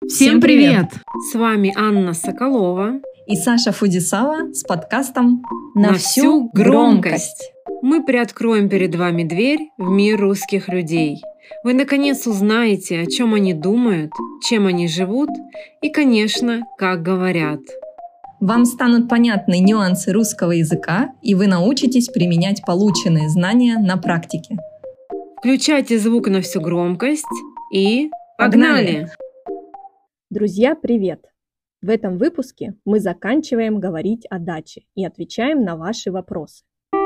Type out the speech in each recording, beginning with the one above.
Всем привет! С вами Анна Соколова И Саша Фудисава с подкастом «На всю громкость». Мы приоткроем перед вами дверь в мир русских людей. Вы наконец узнаете, о чем они думают, чем они живут и, конечно, как говорят. Вам станут понятны нюансы русского языка, и вы научитесь применять полученные знания на практике. Включайте звук на всю громкость и погнали! Друзья, привет! В этом выпуске мы заканчиваем говорить о даче и отвечаем на ваши вопросы.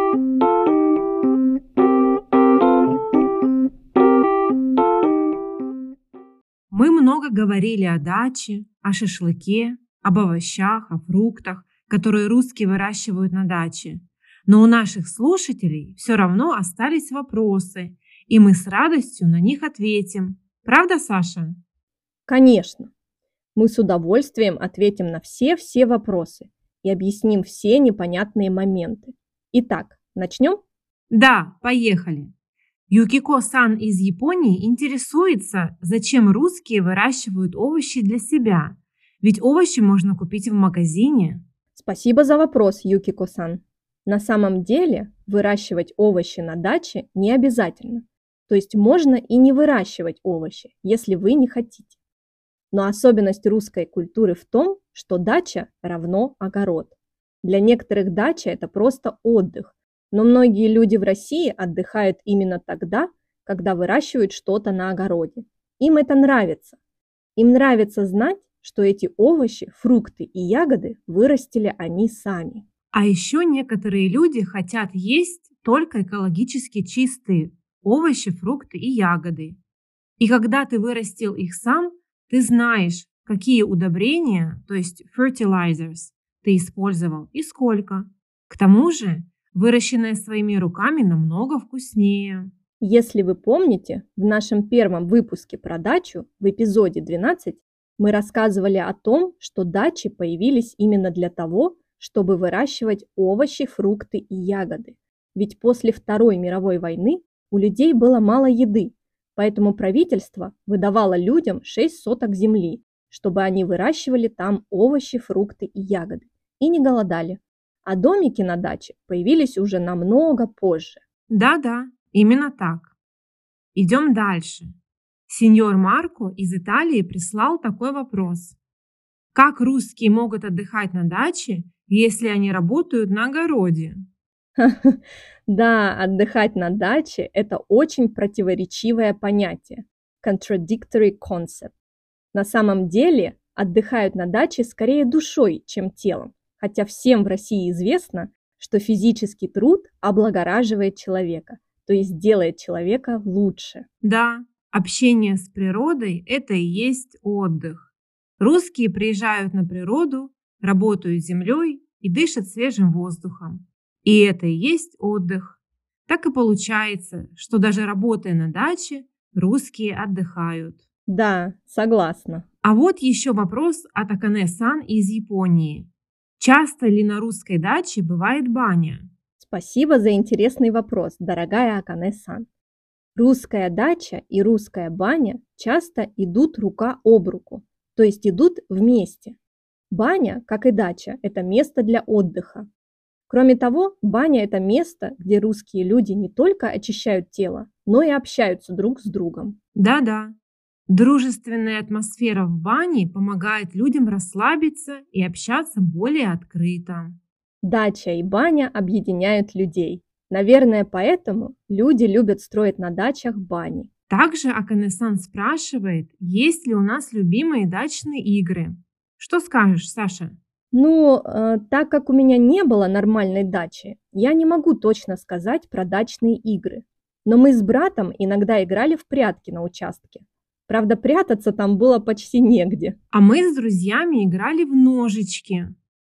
Мы много говорили о даче, о шашлыке, об овощах, о фруктах, которые русские выращивают на даче. Но у наших слушателей все равно остались вопросы, и мы с радостью на них ответим. Правда, Саша? Конечно! Мы с удовольствием ответим на все вопросы и объясним все непонятные моменты. Итак, начнем? Да, поехали. Юкико-сан из Японии интересуется, зачем русские выращивают овощи для себя. Ведь овощи можно купить в магазине. Спасибо за вопрос, Юкико-сан. На самом деле выращивать овощи на даче не обязательно. То есть можно и не выращивать овощи, если вы не хотите. Но особенность русской культуры в том, что дача равно огород. Для некоторых дача – это просто отдых, но многие люди в России отдыхают именно тогда, когда выращивают что-то на огороде. Им это нравится. Им нравится знать, что эти овощи, фрукты и ягоды вырастили они сами. А еще некоторые люди хотят есть только экологически чистые овощи, фрукты и ягоды. И когда ты вырастил их сам, ты знаешь, какие удобрения, то есть fertilizers, ты использовал и сколько. К тому же, выращенное своими руками намного вкуснее. Если вы помните, в нашем первом выпуске про дачу, в эпизоде 12, мы рассказывали о том, что дачи появились именно для того, чтобы выращивать овощи, фрукты и ягоды. Ведь после Второй мировой войны у людей было мало еды. Поэтому правительство выдавало людям 6 соток земли, чтобы они выращивали там овощи, фрукты и ягоды и не голодали. А домики на даче появились уже намного позже. Да, именно так. Идем дальше. Сеньор Марко из Италии прислал такой вопрос. Как русские могут отдыхать на даче, если они работают на огороде? Да, отдыхать на даче – это очень противоречивое понятие – contradictory concept. На самом деле отдыхают на даче скорее душой, чем телом, хотя всем в России известно, что физический труд облагораживает человека, то есть делает человека лучше. Да, общение с природой – это и есть отдых. Русские приезжают на природу, работают землей и дышат свежим воздухом. И это и есть отдых. Так и получается, что даже работая на даче, русские отдыхают. Да, согласна. А вот еще вопрос от Акане-сан из Японии. Часто ли на русской даче бывает баня? Спасибо за интересный вопрос, дорогая Акане-сан. Русская дача и русская баня часто идут рука об руку, то есть идут вместе. Баня, как и дача, это место для отдыха. Кроме того, баня – это место, где русские люди не только очищают тело, но и общаются друг с другом. Да. Дружественная атмосфера в бане помогает людям расслабиться и общаться более открыто. Дача и баня объединяют людей. Наверное, поэтому люди любят строить на дачах бани. Также Акане-сан спрашивает, есть ли у нас любимые дачные игры. Что скажешь, Саша? Так как у меня не было нормальной дачи, я не могу точно сказать про дачные игры. Но мы с братом иногда играли в прятки на участке. Правда, прятаться там было почти негде. А мы с друзьями играли в ножички.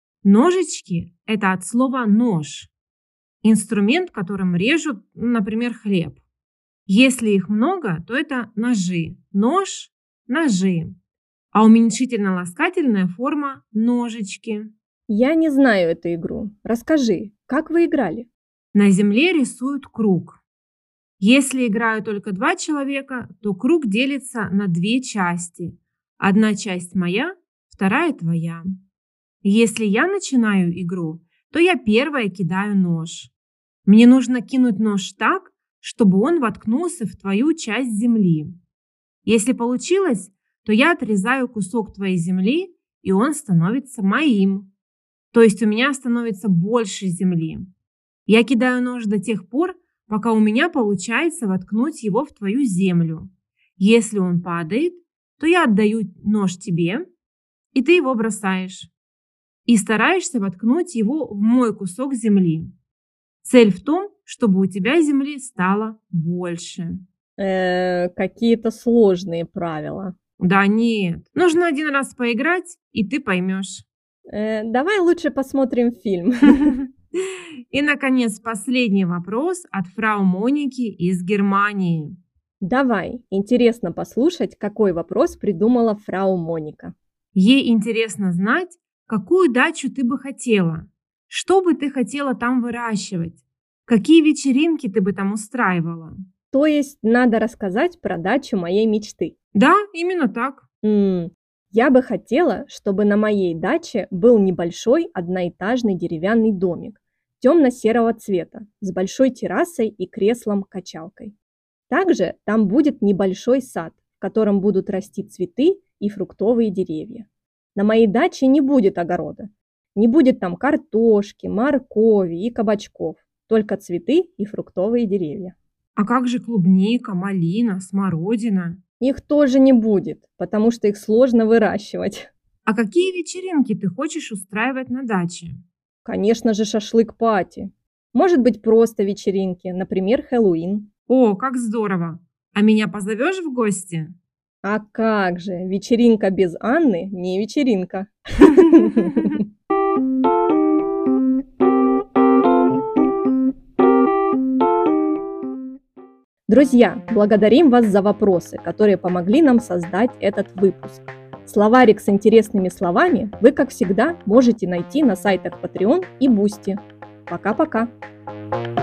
Ножички – это от слова «нож». Инструмент, которым режут, например, хлеб. Если их много, то это ножи. Нож – ножи. А уменьшительно-ласкательная форма – ножички. Я не знаю эту игру. Расскажи, как вы играли? На земле рисуют круг. Если играют только 2 человека, то круг делится на 2 части, Одна часть моя, вторая твоя. Если я начинаю игру, то я первая кидаю нож. Мне нужно кинуть нож так, чтобы он воткнулся в твою часть земли. Если получилось, то я отрезаю кусок твоей земли, и он становится моим. То есть у меня становится больше земли. Я кидаю нож до тех пор, пока у меня получается воткнуть его в твою землю. Если он падает, то я отдаю нож тебе, и ты его бросаешь. И стараешься воткнуть его в мой кусок земли. Цель в том, чтобы у тебя земли стало больше. Какие-то сложные правила. Да нет, нужно один раз поиграть, и ты поймешь. Давай лучше посмотрим фильм. И, наконец, последний вопрос от фрау Моники из Германии. Давай, интересно послушать, какой вопрос придумала фрау Моника. Ей интересно знать, какую дачу ты бы хотела, что бы ты хотела там выращивать, какие вечеринки ты бы там устраивала. То есть надо рассказать про дачу моей мечты. Да, именно так. Я бы хотела, чтобы на моей даче был небольшой одноэтажный деревянный домик темно-серого цвета с большой террасой и креслом-качалкой. Также там будет небольшой сад, в котором будут расти цветы и фруктовые деревья. На моей даче не будет огорода. Не будет там картошки, моркови и кабачков, только цветы и фруктовые деревья. А как же клубника, малина, смородина? Их тоже не будет, потому что их сложно выращивать. А какие вечеринки ты хочешь устраивать на даче? Конечно же, шашлык-пати. Может быть, просто вечеринки, например, Хэллоуин. О, как здорово! А меня позовешь в гости? А как же, вечеринка без Анны не вечеринка. Друзья, благодарим вас за вопросы, которые помогли нам создать этот выпуск. Словарик с интересными словами вы, как всегда, можете найти на сайтах Patreon и Boosty. Пока-пока!